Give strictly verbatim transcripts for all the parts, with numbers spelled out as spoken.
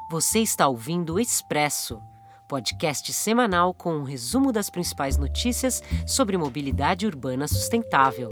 Você está ouvindo o Expresso, podcast semanal com um resumo das principais notícias sobre mobilidade urbana sustentável.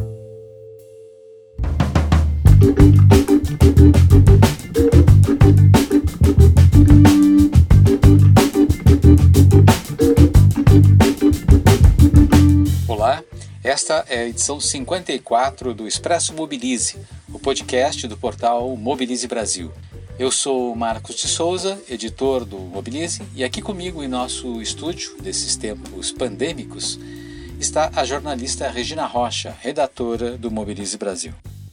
Olá, esta é a edição cinquenta e quatro do Expresso Mobilize, o podcast do portal Mobilize Brasil. Eu sou Marcos de Souza, editor do Mobilize, e aqui comigo em nosso estúdio, desses tempos pandêmicos, está a jornalista Regina Rocha, redatora do Mobilize Brasil.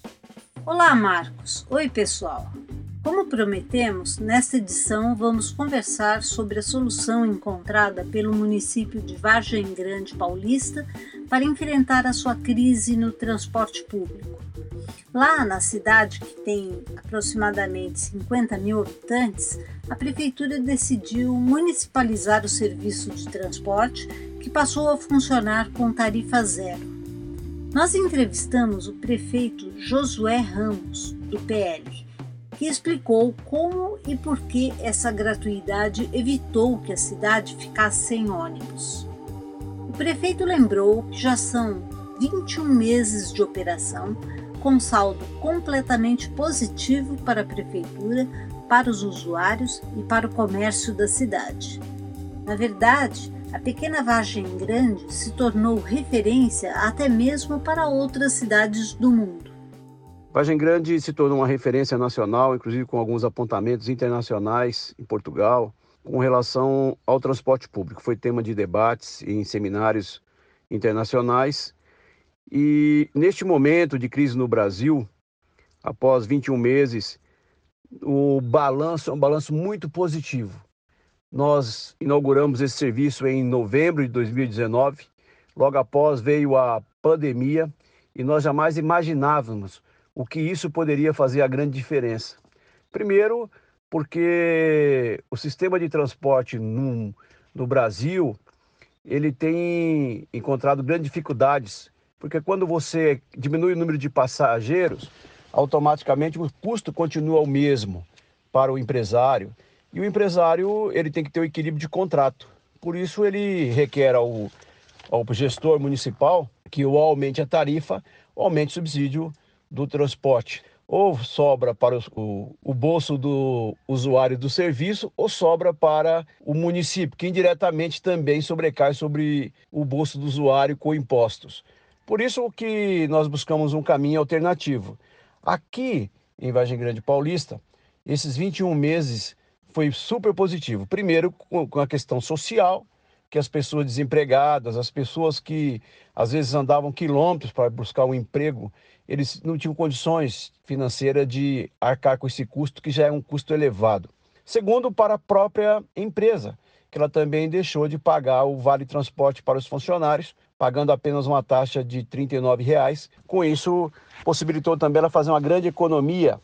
Olá, Marcos. Oi, pessoal. Como prometemos, nesta edição vamos conversar sobre a solução encontrada pelo município de Vargem Grande Paulista para enfrentar a sua crise no transporte público. Lá na cidade, que tem aproximadamente cinquenta mil habitantes, a prefeitura decidiu municipalizar o serviço de transporte, que passou a funcionar com tarifa zero. Nós entrevistamos o prefeito Josué Ramos, do P L, que explicou como e por que essa gratuidade evitou que a cidade ficasse sem ônibus. O prefeito lembrou que já são vinte e um meses de operação, com saldo completamente positivo para a prefeitura, para os usuários e para o comércio da cidade. Na verdade, a pequena Vargem Grande se tornou referência até mesmo para outras cidades do mundo. Vargem Grande se tornou uma referência nacional, inclusive com alguns apontamentos internacionais em Portugal, com relação ao transporte público. Foi tema de debates em seminários internacionais. E neste momento de crise no Brasil, após vinte e um meses, o balanço é um balanço muito positivo. Nós inauguramos esse serviço em novembro de dois mil e dezenove, logo após veio a pandemia e nós jamais imaginávamos o que isso poderia fazer a grande diferença. Primeiro, porque o sistema de transporte no, no Brasil, ele tem encontrado grandes dificuldades, porque quando você diminui o número de passageiros, automaticamente o custo continua o mesmo para o empresário. E o empresário ele tem que ter o equilíbrio de contrato. Por isso ele requer ao, ao gestor municipal que ou aumente a tarifa ou aumente o subsídio do transporte. Ou sobra para o, o bolso do usuário do serviço ou sobra para o município, que indiretamente também sobrecai sobre o bolso do usuário com impostos. Por isso que nós buscamos um caminho alternativo. Aqui, em Vargem Grande Paulista, esses vinte e um meses foi super positivo. Primeiro, com a questão social, que as pessoas desempregadas, as pessoas que às vezes andavam quilômetros para buscar um emprego, eles não tinham condições financeiras de arcar com esse custo, que já é um custo elevado. Segundo, para a própria empresa, que ela também deixou de pagar o Vale Transporte para os funcionários, pagando apenas uma taxa de trinta e nove reais. Com isso, possibilitou também ela fazer uma grande economia.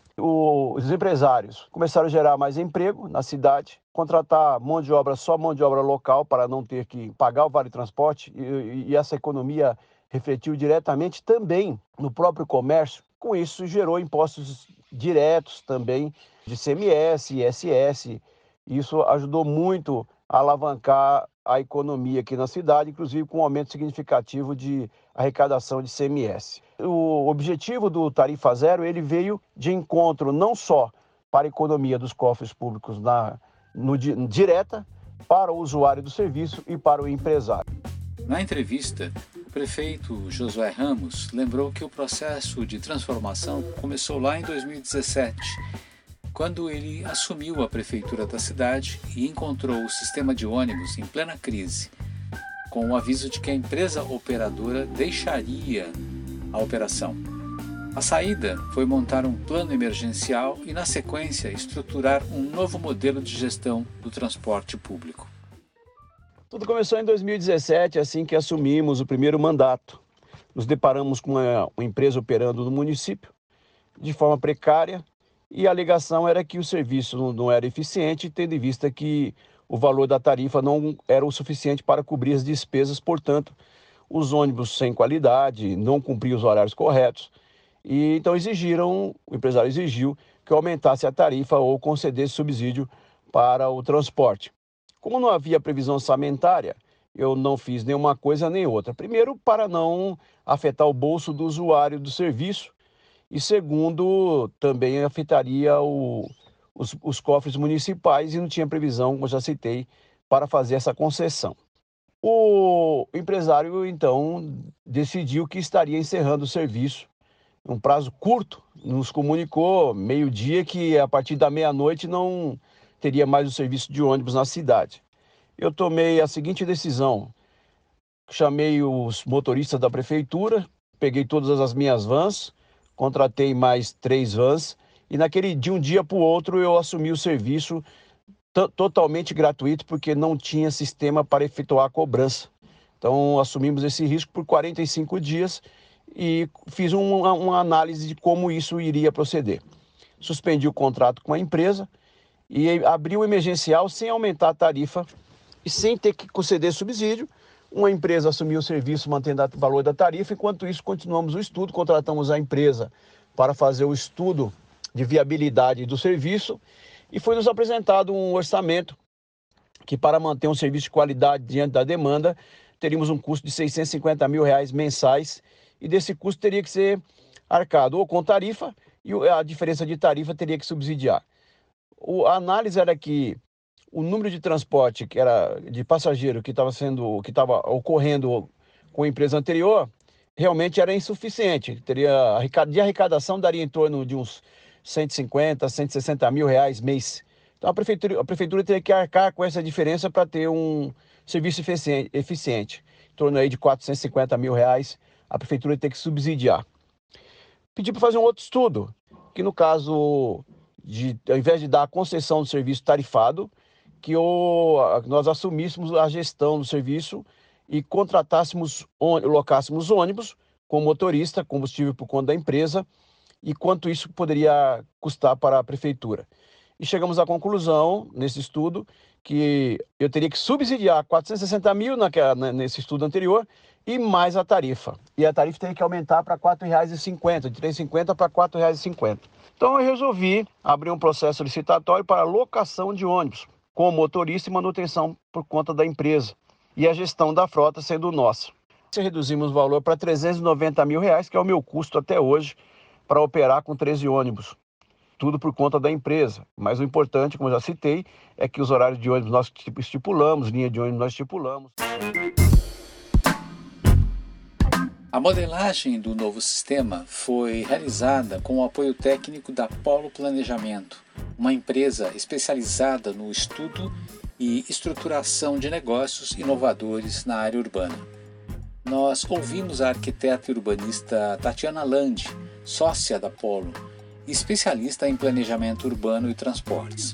Os empresários começaram a gerar mais emprego na cidade, contratar mão de obra, só mão de obra local, para não ter que pagar o Vale Transporte, e, e essa economia refletiu diretamente também no próprio comércio. Com isso, gerou impostos diretos também de C M S, I S S. Isso ajudou muito a alavancar a economia aqui na cidade, inclusive com um aumento significativo de arrecadação de C M S. O objetivo do Tarifa Zero, ele veio de encontro não só para a economia dos cofres públicos na, no, direta, para o usuário do serviço e para o empresário. Na entrevista, o prefeito Josué Ramos lembrou que o processo de transformação começou lá em dois mil e dezessete, quando ele assumiu a prefeitura da cidade e encontrou o sistema de ônibus em plena crise, com o aviso de que a empresa operadora deixaria a operação. A saída foi montar um plano emergencial e, na sequência, estruturar um novo modelo de gestão do transporte público. Tudo começou em dois mil e dezessete, assim que assumimos o primeiro mandato. Nos deparamos com uma, uma empresa operando no município, de forma precária, e a alegação era que o serviço não era eficiente, tendo em vista que o valor da tarifa não era o suficiente para cobrir as despesas, portanto, os ônibus sem qualidade, não cumpriam os horários corretos, e então exigiram, o empresário exigiu que aumentasse a tarifa ou concedesse subsídio para o transporte. Como não havia previsão orçamentária, eu não fiz nenhuma coisa nem outra. Primeiro, para não afetar o bolso do usuário do serviço, e segundo, também afetaria o, os, os cofres municipais e não tinha previsão, como eu já citei, para fazer essa concessão. O empresário, então, decidiu que estaria encerrando o serviço em um prazo curto, nos comunicou meio-dia que a partir da meia-noite não teria mais o serviço de ônibus na cidade. Eu tomei a seguinte decisão: chamei os motoristas da prefeitura, peguei todas as minhas vans, contratei mais três vans e naquele de um dia para o outro eu assumi o serviço t- totalmente gratuito, porque não tinha sistema para efetuar a cobrança. Então assumimos esse risco por quarenta e cinco dias e fiz um, uma análise de como isso iria proceder. Suspendi o contrato com a empresa e abri o emergencial sem aumentar a tarifa e sem ter que conceder subsídio. Uma empresa assumiu o serviço mantendo o valor da tarifa, enquanto isso continuamos o estudo, contratamos a empresa para fazer o estudo de viabilidade do serviço e foi nos apresentado um orçamento que, para manter um serviço de qualidade diante da demanda, teríamos um custo de seiscentos e cinquenta mil reais mensais e desse custo teria que ser arcado ou com tarifa e a diferença de tarifa teria que subsidiar. O, a análise era que o número de transporte que era de passageiro que estava sendo, que estava ocorrendo com a empresa anterior, realmente era insuficiente. Teria, de arrecadação daria em torno de uns cento e cinquenta, cento e sessenta mil reais mês. Então a prefeitura, a prefeitura teria que arcar com essa diferença para ter um serviço eficiente, eficiente. Em torno aí de quatrocentos e cinquenta mil reais, a prefeitura teria que subsidiar. Pedi para fazer um outro estudo, que no caso, de, ao invés de dar a concessão do serviço tarifado, que o, nós assumíssemos a gestão do serviço e contratássemos, locássemos ônibus com motorista, combustível por conta da empresa e quanto isso poderia custar para a prefeitura. E chegamos à conclusão, nesse estudo, que eu teria que subsidiar quatrocentos e sessenta mil naquela, nesse estudo anterior e mais a tarifa. E a tarifa teria que aumentar para quatro reais e cinquenta centavos, de três reais e cinquenta centavos para quatro reais e cinquenta centavos. Então eu resolvi abrir um processo licitatório para locação de ônibus, com motorista e manutenção por conta da empresa, e a gestão da frota sendo nossa. Reduzimos o valor para trezentos e noventa mil reais, que é o meu custo até hoje, para operar com treze ônibus. Tudo por conta da empresa. Mas o importante, como eu já citei, é que os horários de ônibus nós estipulamos, linha de ônibus nós estipulamos. A modelagem do novo sistema foi realizada com o apoio técnico da Polo Planejamento, uma empresa especializada no estudo e estruturação de negócios inovadores na área urbana. Nós ouvimos a arquiteta e urbanista Tatiana Landi, sócia da Polo, especialista em planejamento urbano e transportes.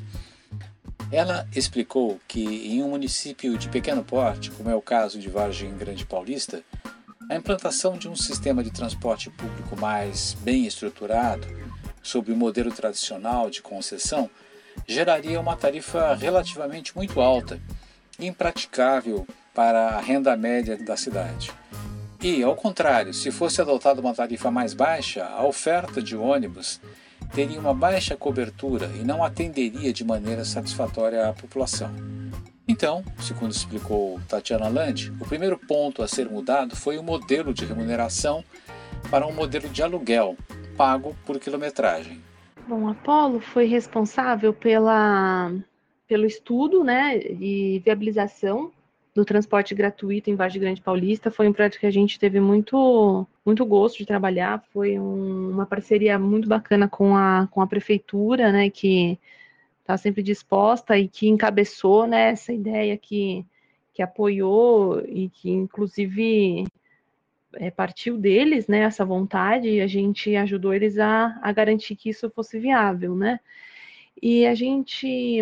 Ela explicou que em um município de pequeno porte, como é o caso de Vargem Grande Paulista, a implantação de um sistema de transporte público mais bem estruturado, sob o modelo tradicional de concessão, geraria uma tarifa relativamente muito alta e impraticável para a renda média da cidade. E, ao contrário, se fosse adotada uma tarifa mais baixa, a oferta de ônibus teria uma baixa cobertura e não atenderia de maneira satisfatória à população. Então, segundo explicou Tatiana Landi, o primeiro ponto a ser mudado foi o modelo de remuneração para um modelo de aluguel, pago por quilometragem. Bom, a Polo foi responsável pela, pelo estudo, né, de viabilização do transporte gratuito em Vargem Grande Paulista. Foi um projeto que a gente teve muito, muito gosto de trabalhar. Foi um, uma parceria muito bacana com a, com a prefeitura, né, que está sempre disposta e que encabeçou, né, essa ideia, que, que apoiou e que, inclusive, é, partiu deles, né, essa vontade, e a gente ajudou eles a, a garantir que isso fosse viável, né. E a gente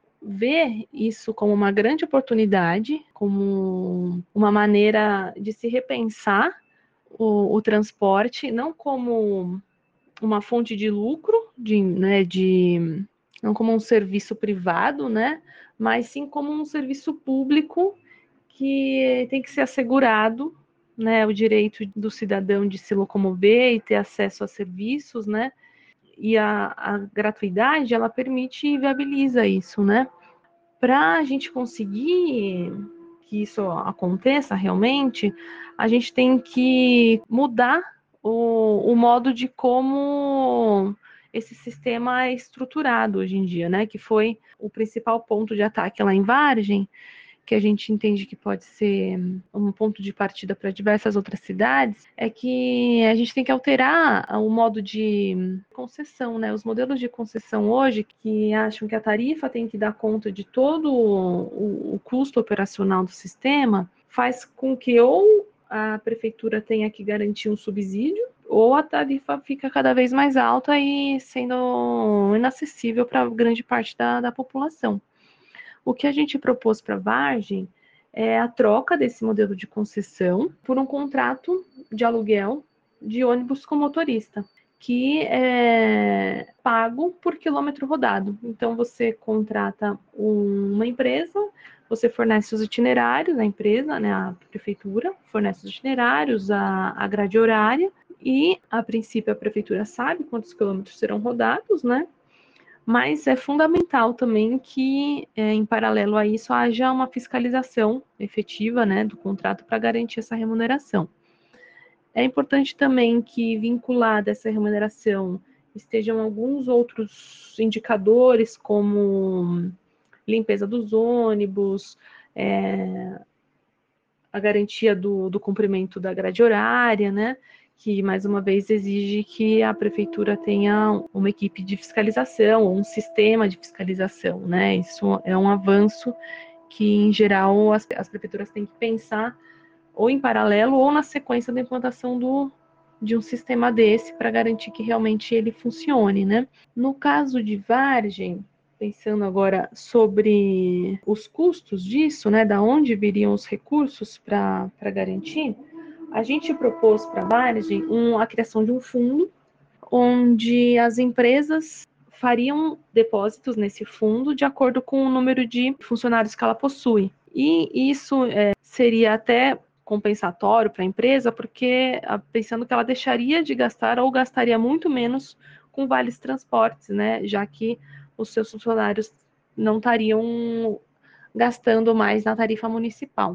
vê isso como uma grande oportunidade, como uma maneira de se repensar o, o transporte, não como uma fonte de lucro, de, né, de, não como um serviço privado, né, mas sim como um serviço público que tem que ser assegurado, né, o direito do cidadão de se locomover e ter acesso a serviços, né, e a, a gratuidade, ela permite e viabiliza isso, né. Para a gente conseguir que isso aconteça realmente, a gente tem que mudar o, o modo de como esse sistema é estruturado hoje em dia, né? Que foi o principal ponto de ataque lá em Vargem, que a gente entende que pode ser um ponto de partida para diversas outras cidades, é que a gente tem que alterar o modo de concessão, né? Os modelos de concessão hoje, que acham que a tarifa tem que dar conta de todo o, o custo operacional do sistema, faz com que ou a prefeitura tenha que garantir um subsídio, ou a tarifa fica cada vez mais alta e sendo inacessível para grande parte da, da população. O que a gente propôs para a Vargem é a troca desse modelo de concessão por um contrato de aluguel de ônibus com motorista, que é pago por quilômetro rodado. Então, você contrata uma empresa, você fornece os itinerários, a empresa, né, a prefeitura, fornece os itinerários, a, a grade horária, e, a princípio, a prefeitura sabe quantos quilômetros serão rodados, né? Mas é fundamental também que, é, em paralelo a isso, haja uma fiscalização efetiva, né, do contrato para garantir essa remuneração. É importante também que, vinculada a essa remuneração, estejam alguns outros indicadores, como limpeza dos ônibus, é, a garantia do, do cumprimento da grade horária, né, que, mais uma vez, exige que a prefeitura tenha uma equipe de fiscalização, ou um sistema de fiscalização, né? Isso é um avanço que, em geral, as, as prefeituras têm que pensar ou em paralelo ou na sequência da implantação do, de um sistema desse para garantir que realmente ele funcione, né? No caso de Vargem, pensando agora sobre os custos disso, né? Da onde viriam os recursos para para garantir, a gente propôs para a Vargem um, a criação de um fundo onde as empresas fariam depósitos nesse fundo de acordo com o número de funcionários que ela possui. E isso é, seria até compensatório para a empresa, porque pensando que ela deixaria de gastar ou gastaria muito menos com vales transportes, né? Já que os seus funcionários não estariam gastando mais na tarifa municipal.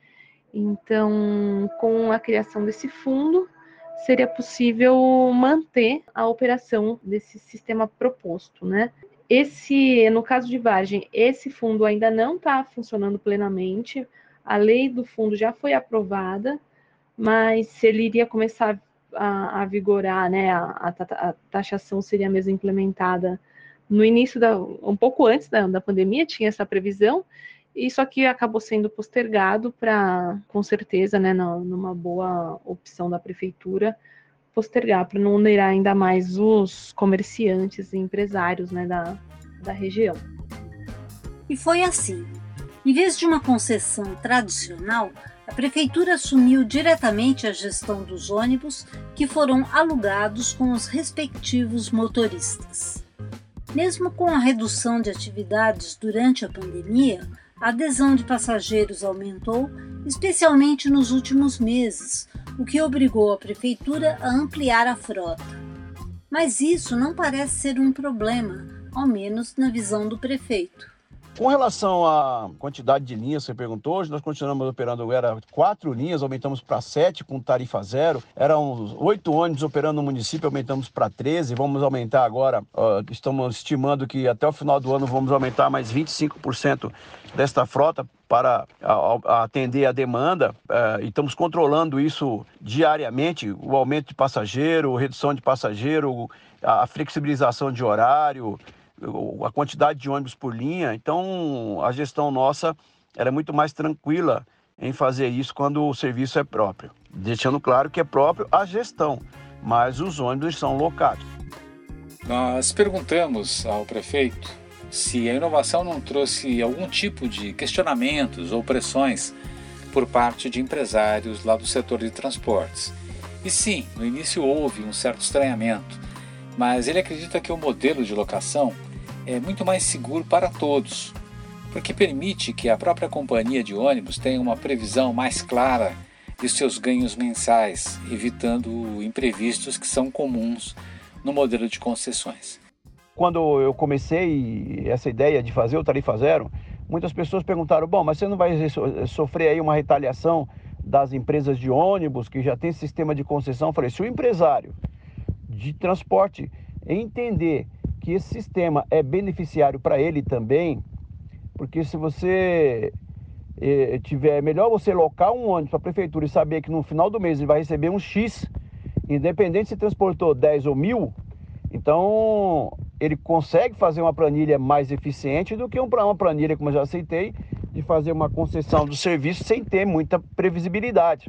Então, com a criação desse fundo, seria possível manter a operação desse sistema proposto, né? Esse, no caso de Vargem, esse fundo ainda não está funcionando plenamente. A lei do fundo já foi aprovada, mas ele iria começar a, a vigorar, né? A, a, a taxação seria mesmo implementada no início, da, um pouco antes da, da pandemia, tinha essa previsão. Isso aqui acabou sendo postergado para, com certeza, né, numa boa opção da prefeitura, postergar para não onerar ainda mais os comerciantes e empresários, né, da, da região. E foi assim. Em vez de uma concessão tradicional, a prefeitura assumiu diretamente a gestão dos ônibus que foram alugados com os respectivos motoristas. Mesmo com a redução de atividades durante a pandemia, a adesão de passageiros aumentou, especialmente nos últimos meses, o que obrigou a prefeitura a ampliar a frota. Mas isso não parece ser um problema, ao menos na visão do prefeito. Com relação à quantidade de linhas, você perguntou, hoje nós continuamos operando, era quatro linhas, aumentamos para sete com tarifa zero, eram oito ônibus operando no município, aumentamos para treze, vamos aumentar agora, uh, estamos estimando que até o final do ano vamos aumentar mais vinte e cinco por cento desta frota para a, a atender a demanda, uh, e estamos controlando isso diariamente, o aumento de passageiro, redução de passageiro, a, a flexibilização de horário, a quantidade de ônibus por linha. Então, a gestão nossa era muito mais tranquila em fazer isso quando o serviço é próprio. Deixando claro que é próprio a gestão, mas os ônibus são locados. Nós perguntamos ao prefeito se a inovação não trouxe algum tipo de questionamentos ou pressões por parte de empresários lá do setor de transportes. E sim, no início houve um certo estranhamento, mas ele acredita que o modelo de locação é muito mais seguro para todos, porque permite que a própria companhia de ônibus tenha uma previsão mais clara de seus ganhos mensais, evitando imprevistos que são comuns no modelo de concessões. Quando eu comecei essa ideia de fazer o Tarifa Zero, muitas pessoas perguntaram, bom, mas você não vai sofrer aí uma retaliação das empresas de ônibus que já tem sistema de concessão? Eu falei, se o empresário de transporte entender que esse sistema é beneficiário para ele também, porque se você eh, tiver, é melhor você locar um ônibus para a prefeitura e saber que no final do mês ele vai receber um X, independente se transportou dez ou mil, então ele consegue fazer uma planilha mais eficiente do que uma planilha, como eu já aceitei, de fazer uma concessão do serviço sem ter muita previsibilidade.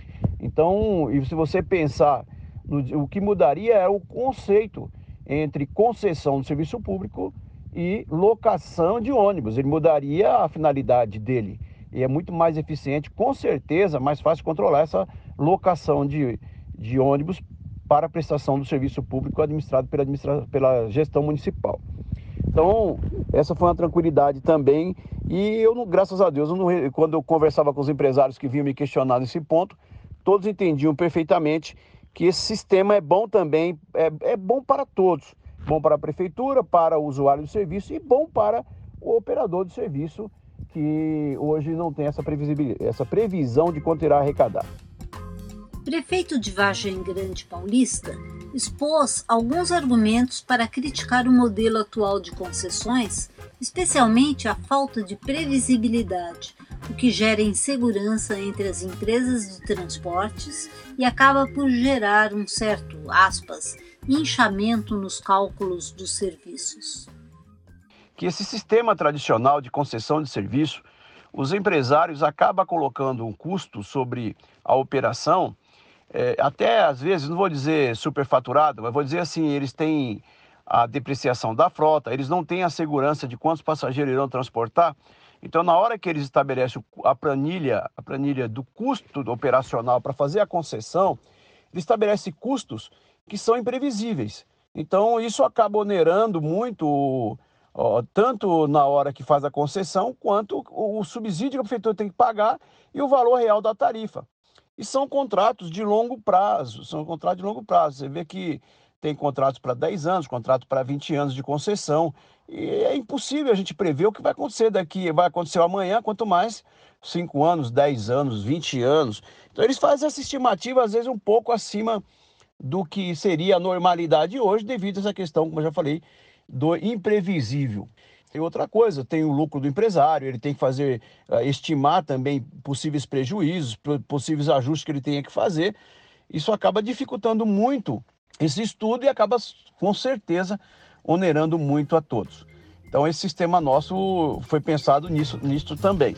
Então, e se você pensar, no, o que mudaria é o conceito entre concessão do serviço público e locação de ônibus. Ele mudaria a finalidade dele e é muito mais eficiente, com certeza, mais fácil controlar essa locação de, de ônibus para a prestação do serviço público administrado pela, administra... pela gestão municipal. Então, essa foi uma tranquilidade também, e eu, não, graças a Deus, eu não, quando eu conversava com os empresários que vinham me questionar nesse ponto, todos entendiam perfeitamente que esse sistema é bom também, é, é bom para todos, bom para a prefeitura, para o usuário do serviço e bom para o operador do serviço, que hoje não tem essa, essa previsão de quanto irá arrecadar. Prefeito de Vargem Grande Paulista expôs alguns argumentos para criticar o modelo atual de concessões, especialmente a falta de previsibilidade, o que gera insegurança entre as empresas de transportes e acaba por gerar um certo, aspas, inchamento nos cálculos dos serviços. Que esse sistema tradicional de concessão de serviço, os empresários acabam colocando um custo sobre a operação, É, até às vezes, não vou dizer superfaturado, mas vou dizer assim, eles têm a depreciação da frota, eles não têm a segurança de quantos passageiros irão transportar. Então, na hora que eles estabelecem a planilha, a planilha do custo operacional para fazer a concessão, eles estabelecem custos que são imprevisíveis. Então, isso acaba onerando muito, ó, tanto na hora que faz a concessão, quanto o, o subsídio que a prefeitura tem que pagar e o valor real da tarifa. E são contratos de longo prazo, são contratos de longo prazo. Você vê que tem contratos para dez anos, contrato para vinte anos de concessão. E é impossível a gente prever o que vai acontecer daqui, vai acontecer amanhã, quanto mais cinco anos, dez anos, vinte anos. Então eles fazem essa estimativa, às vezes, um pouco acima do que seria a normalidade hoje, devido a essa questão, como eu já falei, do imprevisível. E outra coisa, tem o lucro do empresário, ele tem que fazer, uh, estimar também possíveis prejuízos, possíveis ajustes que ele tenha que fazer. Isso acaba dificultando muito esse estudo e acaba, com certeza, onerando muito a todos. Então, esse sistema nosso foi pensado nisso, nisso também.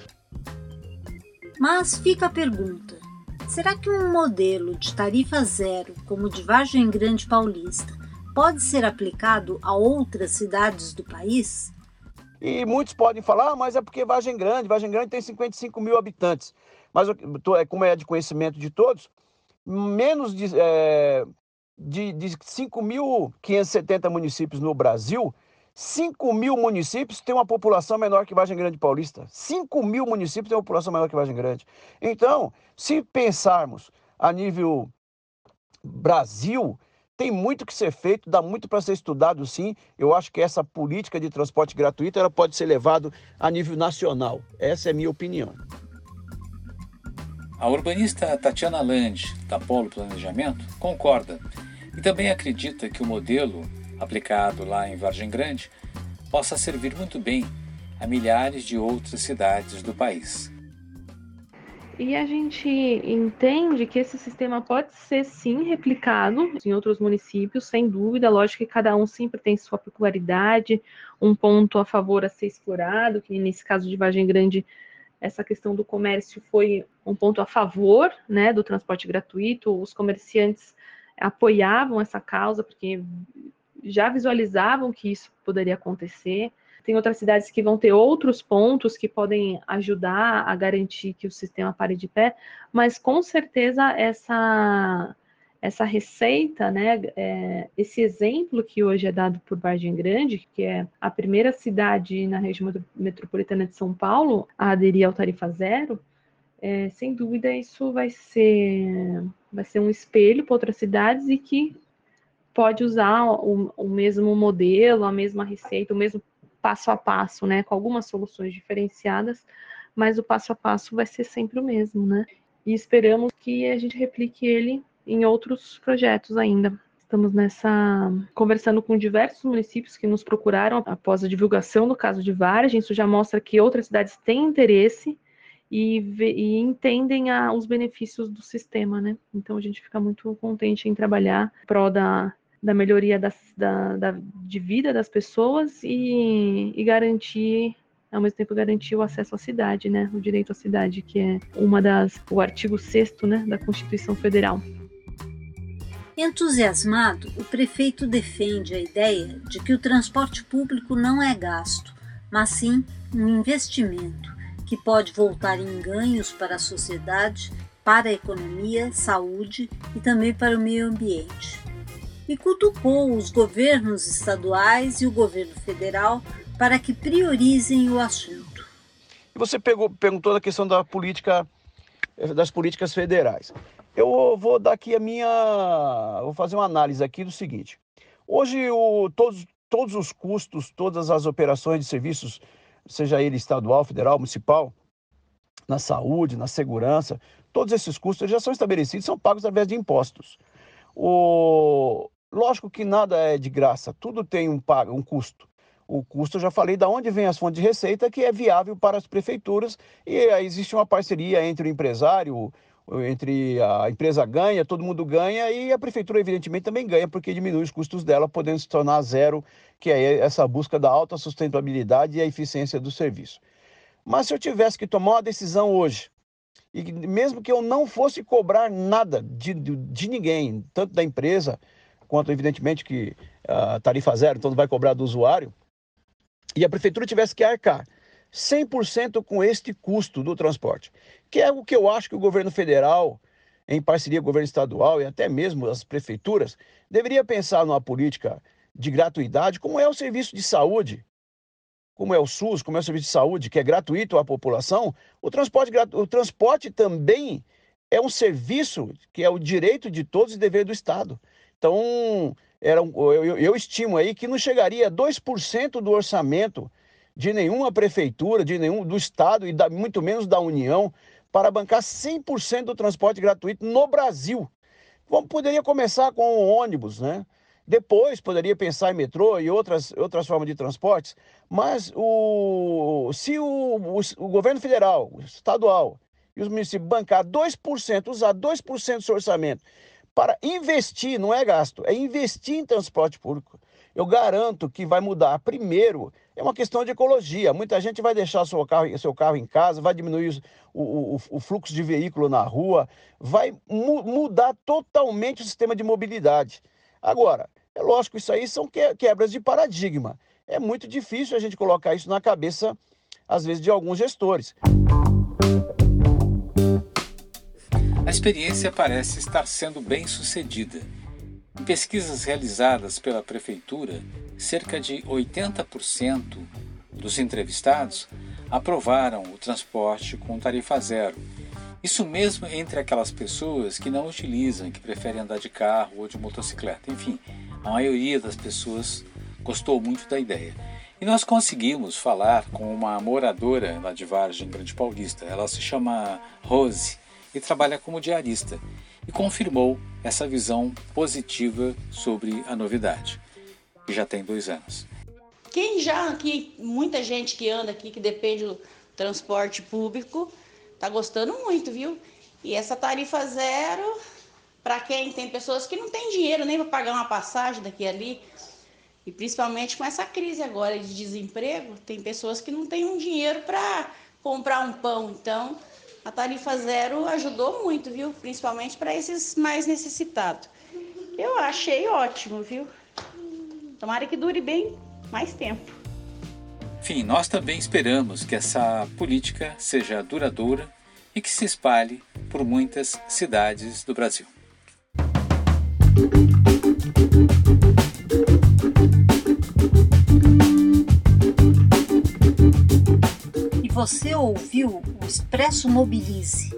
Mas fica a pergunta, será que um modelo de tarifa zero, como o de Vargem Grande Paulista, pode ser aplicado a outras cidades do país? E muitos podem falar, ah, mas é porque Vargem Grande, Vargem Grande tem cinquenta e cinco mil habitantes. Mas, como é de conhecimento de todos, menos de, é, de, de cinco mil quinhentos e setenta municípios no Brasil, cinco mil municípios têm uma população menor que Vargem Grande Paulista. cinco mil municípios têm uma população menor que Vargem Grande. Então, se pensarmos a nível Brasil, tem muito que ser feito, dá muito para ser estudado, sim. Eu acho que essa política de transporte gratuito ela pode ser levada a nível nacional. Essa é a minha opinião. A urbanista Tatiana Lande, da Polo Planejamento, concorda e também acredita que o modelo aplicado lá em Vargem Grande possa servir muito bem a milhares de outras cidades do país. E a gente entende que esse sistema pode ser, sim, replicado em outros municípios, sem dúvida. Lógico que cada um sempre tem sua peculiaridade, um ponto a favor a ser explorado, que nesse caso de Vargem Grande, essa questão do comércio foi um ponto a favor, né, do transporte gratuito. Os comerciantes apoiavam essa causa, porque já visualizavam que isso poderia acontecer. Tem outras cidades que vão ter outros pontos que podem ajudar a garantir que o sistema pare de pé, mas com certeza essa, essa receita, né, é, esse exemplo que hoje é dado por Vargem Grande, que é a primeira cidade na região metropolitana de São Paulo a aderir ao tarifa zero, é, sem dúvida isso vai ser, vai ser um espelho para outras cidades e que pode usar o, o mesmo modelo, a mesma receita, o mesmo passo a passo, né, com algumas soluções diferenciadas, mas o passo a passo vai ser sempre o mesmo, né? E esperamos que a gente replique ele em outros projetos ainda. Estamos nessa conversando com diversos municípios que nos procuraram após a divulgação do caso de Vargem. Isso já mostra que outras cidades têm interesse e, e entendem a, os benefícios do sistema, né? Então a gente fica muito contente em trabalhar em prol da, da melhoria das, da, da, de vida das pessoas e, e garantir, ao mesmo tempo, garantir o acesso à cidade, né? O direito à cidade, que é uma das, o artigo sexto, né, da Constituição Federal. Entusiasmado, o prefeito defende a ideia de que o transporte público não é gasto, mas sim um investimento que pode voltar em ganhos para a sociedade, para a economia, saúde e também para o meio ambiente. E cutucou os governos estaduais e o governo federal para que priorizem o assunto. Você pegou, perguntou da questão da política, das políticas federais. Eu vou dar aqui a minha, vou fazer uma análise aqui do seguinte. Hoje o, todos, todos os custos, todas as operações de serviços, seja ele estadual, federal, municipal, na saúde, na segurança, todos esses custos já são estabelecidos, são pagos através de impostos. O, lógico que nada é de graça, tudo tem um, pago, um custo. O custo, eu já falei, da onde vem as fontes de receita, que é viável para as prefeituras, e aí existe uma parceria entre o empresário, entre a empresa ganha, todo mundo ganha, e a prefeitura evidentemente também ganha, porque diminui os custos dela, podendo se tornar zero, que é essa busca da alta sustentabilidade e a eficiência do serviço. Mas se eu tivesse que tomar uma decisão hoje, e mesmo que eu não fosse cobrar nada de, de, de ninguém, tanto da empresa, quanto evidentemente que a tarifa zero, então não vai cobrar do usuário, e a prefeitura tivesse que arcar cem por cento com este custo do transporte, que é o que eu acho que o governo federal, em parceria com o governo estadual e até mesmo as prefeituras, deveria pensar numa política de gratuidade, como é o serviço de saúde, como é o SUS, como é o serviço de saúde, que é gratuito à população. O transporte, o transporte também é um serviço que é o direito de todos e dever do Estado. Então, era um, eu, eu estimo aí que não chegaria a dois por cento do orçamento de nenhuma prefeitura, de nenhum do Estado e da, muito menos da União, para bancar cem por cento do transporte gratuito no Brasil. Bom, poderia começar com o ônibus, né? Depois poderia pensar em metrô e outras, outras formas de transportes, mas o, se o, o, o governo federal, o estadual e os municípios bancar dois por cento, usar dois por cento do seu orçamento para investir, não é gasto, é investir em transporte público, eu garanto que vai mudar. Primeiro, é uma questão de ecologia. Muita gente vai deixar seu carro, seu carro em casa, vai diminuir o, o, o fluxo de veículo na rua, vai mu- mudar totalmente o sistema de mobilidade. Agora, é lógico, isso aí são que- quebras de paradigma. É muito difícil a gente colocar isso na cabeça, às vezes, de alguns gestores. A experiência parece estar sendo bem sucedida. Em pesquisas realizadas pela Prefeitura, cerca de oitenta por cento dos entrevistados aprovaram o transporte com tarifa zero. Isso mesmo entre aquelas pessoas que não utilizam, que preferem andar de carro ou de motocicleta. Enfim, a maioria das pessoas gostou muito da ideia. E nós conseguimos falar com uma moradora lá de Vargem Grande Paulista. Ela se chama Rose e trabalha como diarista. E confirmou essa visão positiva sobre a novidade, que já tem dois anos. Quem já aqui, muita gente que anda aqui, que depende do transporte público, tá gostando muito, viu? E essa tarifa zero, para quem tem pessoas que não tem dinheiro nem para pagar uma passagem daqui e ali, e principalmente com essa crise agora de desemprego, tem pessoas que não têm um dinheiro para comprar um pão. Então, a tarifa zero ajudou muito, viu? Principalmente para esses mais necessitados. Eu achei ótimo, viu? Tomara que dure bem mais tempo. Enfim, nós também esperamos que essa política seja duradoura e que se espalhe por muitas cidades do Brasil. Você ouviu o Expresso Mobilize,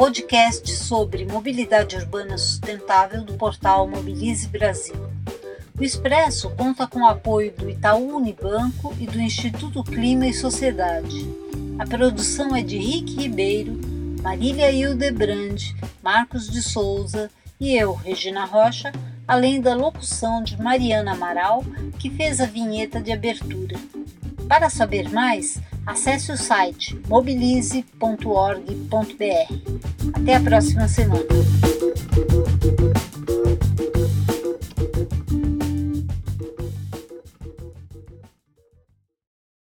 podcast sobre mobilidade urbana sustentável do portal Mobilize Brasil. O Expresso conta com o apoio do Itaú Unibanco e do Instituto Clima e Sociedade. A produção é de Rick Ribeiro, Marília Hildebrand, Marcos de Souza e eu, Regina Rocha, além da locução de Mariana Amaral, que fez a vinheta de abertura. Para saber mais, acesse o site mobilize ponto org ponto br. Até a próxima semana.